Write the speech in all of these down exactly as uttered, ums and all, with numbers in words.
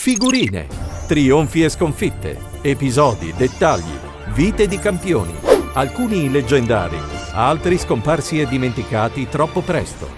figurine, trionfi e sconfitte, episodi, dettagli, vite di campioni, alcuni leggendari, altri scomparsi e dimenticati troppo presto.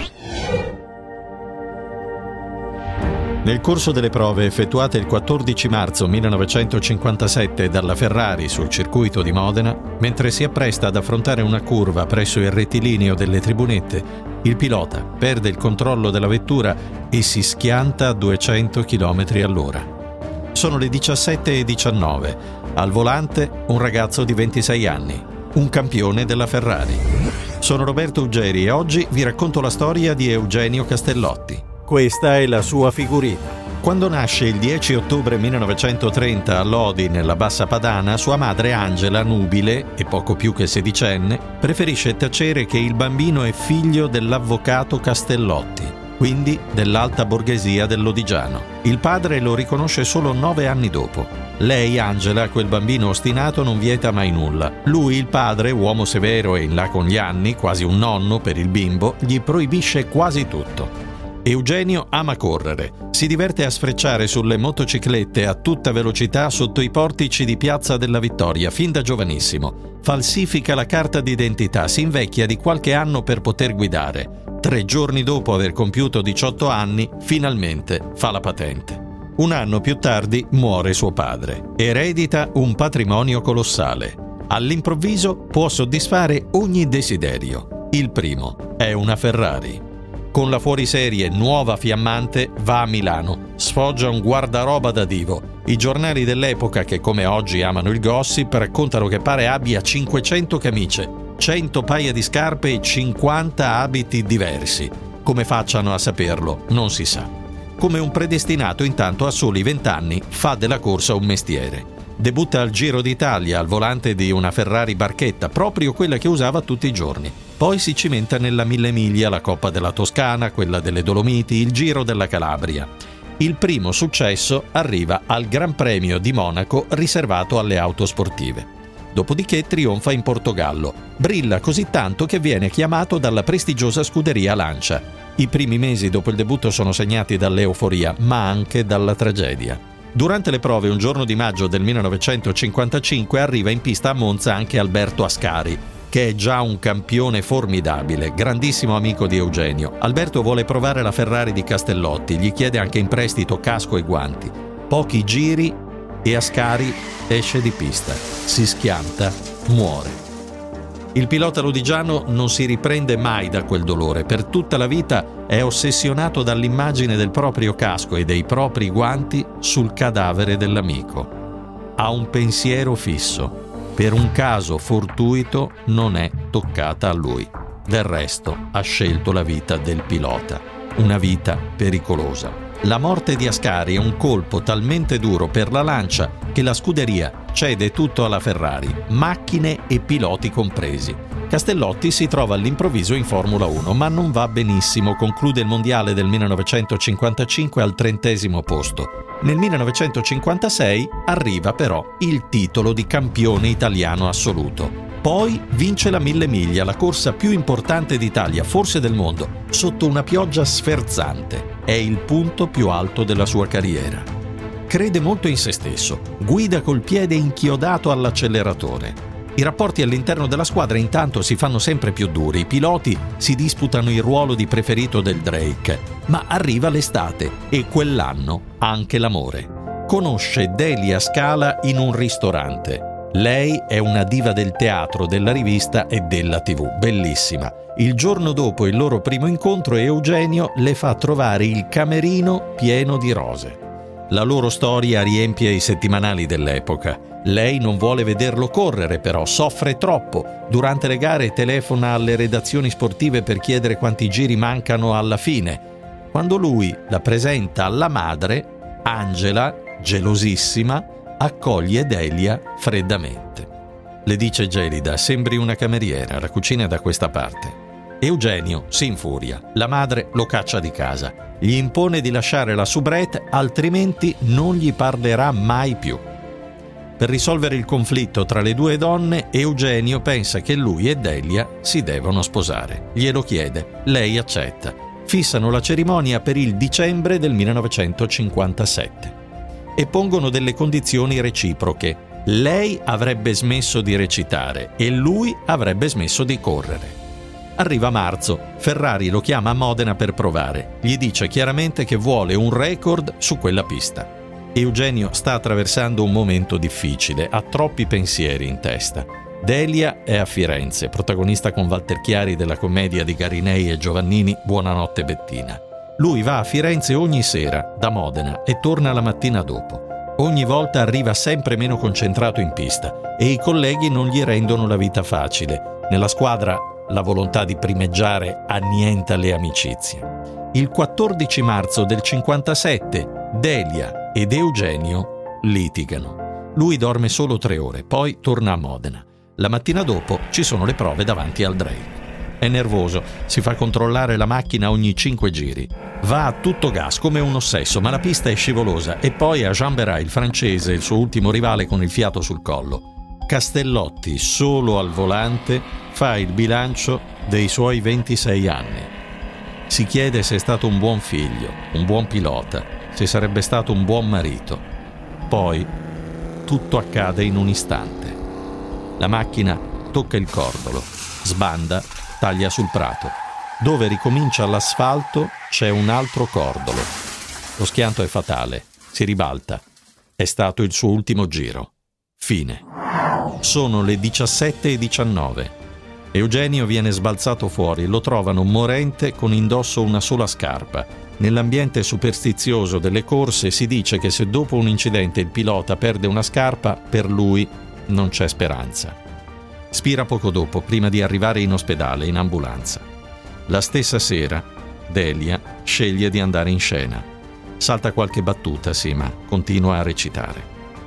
Nel corso delle prove effettuate il quattordici marzo millenovecentocinquantasette dalla Ferrari sul circuito di Modena, mentre si appresta ad affrontare una curva presso il rettilineo delle tribunette, il pilota perde il controllo della vettura e si schianta a duecento chilometri all'ora. Sono le diciassette e diciannove. Al volante un ragazzo di ventisei anni, un campione della Ferrari. Sono Roberto Uggeri e oggi vi racconto la storia di Eugenio Castellotti. Questa è la sua figurina. Quando nasce il dieci ottobre millenovecentotrenta a Lodi, nella Bassa Padana, sua madre Angela, nubile e poco più che sedicenne, preferisce tacere che il bambino è figlio dell'avvocato Castellotti, quindi dell'alta borghesia del Lodigiano. Il padre lo riconosce solo nove anni dopo. Lei, Angela, quel bambino ostinato, non vieta mai nulla. Lui, il padre, uomo severo e in là con gli anni, quasi un nonno per il bimbo, gli proibisce quasi tutto. Eugenio ama correre, si diverte a sfrecciare sulle motociclette a tutta velocità sotto i portici di Piazza della Vittoria fin da giovanissimo. Falsifica la carta d'identità, si invecchia di qualche anno per poter guidare. Tre giorni dopo aver compiuto diciotto anni, finalmente fa la patente. Un anno più tardi muore suo padre. Eredita un patrimonio colossale. All'improvviso può soddisfare ogni desiderio. Il primo è una Ferrari. Con la fuoriserie nuova fiammante va a Milano, sfoggia un guardaroba da divo. I giornali dell'epoca, che come oggi amano il gossip, raccontano che pare abbia cinquecento camicie, cento paia di scarpe e cinquanta abiti diversi. Come facciano a saperlo, non si sa. Come un predestinato, intanto, a soli vent'anni fa della corsa un mestiere. Debutta al Giro d'Italia al volante di una Ferrari barchetta, proprio quella che usava tutti i giorni. Poi si cimenta nella Mille Miglia, la Coppa della Toscana, quella delle Dolomiti, il Giro della Calabria. Il primo successo arriva al Gran Premio di Monaco riservato alle auto sportive. Dopodiché trionfa in Portogallo. Brilla così tanto che viene chiamato dalla prestigiosa scuderia Lancia. I primi mesi dopo il debutto sono segnati dall'euforia, ma anche dalla tragedia. Durante le prove, un giorno di maggio del millenovecentocinquantacinque, arriva in pista a Monza anche Alberto Ascari, che è già un campione formidabile, grandissimo amico di Eugenio. Alberto vuole provare la Ferrari di Castellotti, gli chiede anche in prestito casco e guanti. Pochi giri e Ascari esce di pista, si schianta, muore. Il pilota lodigiano non si riprende mai da quel dolore. Per tutta la vita è ossessionato dall'immagine del proprio casco e dei propri guanti sul cadavere dell'amico. Ha un pensiero fisso. Per un caso fortuito non è toccata a lui. Del resto ha scelto la vita del pilota, una vita pericolosa. La morte di Ascari è un colpo talmente duro per la Lancia che la scuderia cede tutto alla Ferrari, macchine e piloti compresi. Castellotti si trova all'improvviso in Formula uno, ma non va benissimo, conclude il mondiale del millenovecentocinquantacinque al trentesimo posto. Nel millenovecentocinquantasei arriva però il titolo di campione italiano assoluto. Poi vince la Mille Miglia, la corsa più importante d'Italia, forse del mondo, sotto una pioggia sferzante. È il punto più alto della sua carriera. Crede molto in se stesso, guida col piede inchiodato all'acceleratore. I rapporti all'interno della squadra intanto si fanno sempre più duri, i piloti si disputano il ruolo di preferito del Drake, ma arriva l'estate e quell'anno anche l'amore. Conosce Delia Scala in un ristorante. Lei è una diva del teatro, della rivista e della tivù, bellissima. Il giorno dopo il loro primo incontro, Eugenio le fa trovare il camerino pieno di rose. La loro storia riempie i settimanali dell'epoca. Lei non vuole vederlo correre, però soffre troppo. Durante le gare telefona alle redazioni sportive per chiedere quanti giri mancano alla fine. Quando lui la presenta alla madre, Angela, gelosissima, accoglie Delia freddamente. Le dice gelida: sembri una cameriera, la cucina è da questa parte. Eugenio si infuria, la madre lo caccia di casa, gli impone di lasciare la soubrette, altrimenti non gli parlerà mai più. Per risolvere il conflitto tra le due donne, Eugenio pensa che lui e Delia si devono sposare. Glielo chiede, lei accetta. Fissano la cerimonia per il dicembre del millenovecentocinquantasette e pongono delle condizioni reciproche. Lei avrebbe smesso di recitare e lui avrebbe smesso di correre. Arriva marzo, Ferrari lo chiama a Modena per provare. Gli dice chiaramente che vuole un record su quella pista. Eugenio sta attraversando un momento difficile, ha troppi pensieri in testa. Delia è a Firenze, protagonista con Walter Chiari della commedia di Garinei e Giovannini Buonanotte Bettina. Lui va a Firenze ogni sera, da Modena, e torna la mattina dopo. Ogni volta arriva sempre meno concentrato in pista e i colleghi non gli rendono la vita facile. Nella squadra la volontà di primeggiare annienta le amicizie. Il quattordici marzo del cinquantasette Delia ed Eugenio litigano. Lui dorme solo tre ore, poi torna a Modena. La mattina dopo ci sono le prove davanti al Drake. È nervoso, si fa controllare la macchina ogni cinque giri. Va a tutto gas come un ossesso, ma la pista è scivolosa e poi a Jean Berat, il francese, il suo ultimo rivale, con il fiato sul collo. Castellotti, solo al volante, fa il bilancio dei suoi ventisei anni. Si chiede se è stato un buon figlio, un buon pilota, se sarebbe stato un buon marito. Poi tutto accade in un istante. La macchina tocca il cordolo, sbanda, taglia sul prato. Dove ricomincia l'asfalto c'è un altro cordolo. Lo schianto è fatale, si ribalta. È stato il suo ultimo giro. Fine. Sono le diciassette e diciannove. Eugenio viene sbalzato fuori, lo trovano morente con indosso una sola scarpa. Nell'ambiente superstizioso delle corse si dice che se dopo un incidente il pilota perde una scarpa, per lui non c'è speranza. Spira poco dopo, prima di arrivare in ospedale, in ambulanza. La stessa sera, Delia sceglie di andare in scena. Salta qualche battuta, sì, ma continua a recitare.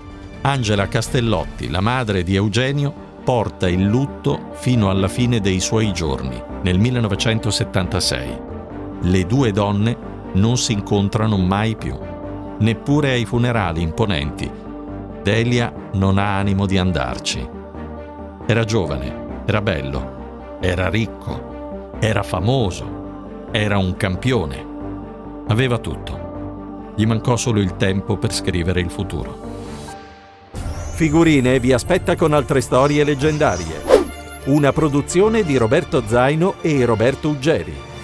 Angela Castellotti, la madre di Eugenio, porta il lutto fino alla fine dei suoi giorni, nel millenovecentosettantasei. Le due donne non si incontrano mai più, neppure ai funerali imponenti. Delia non ha animo di andarci. Era giovane, era bello, era ricco, era famoso, era un campione. Aveva tutto. Gli mancò solo il tempo per scrivere il futuro. Figurine vi aspetta con altre storie leggendarie. Una produzione di Roberto Zaino e Roberto Uggeri.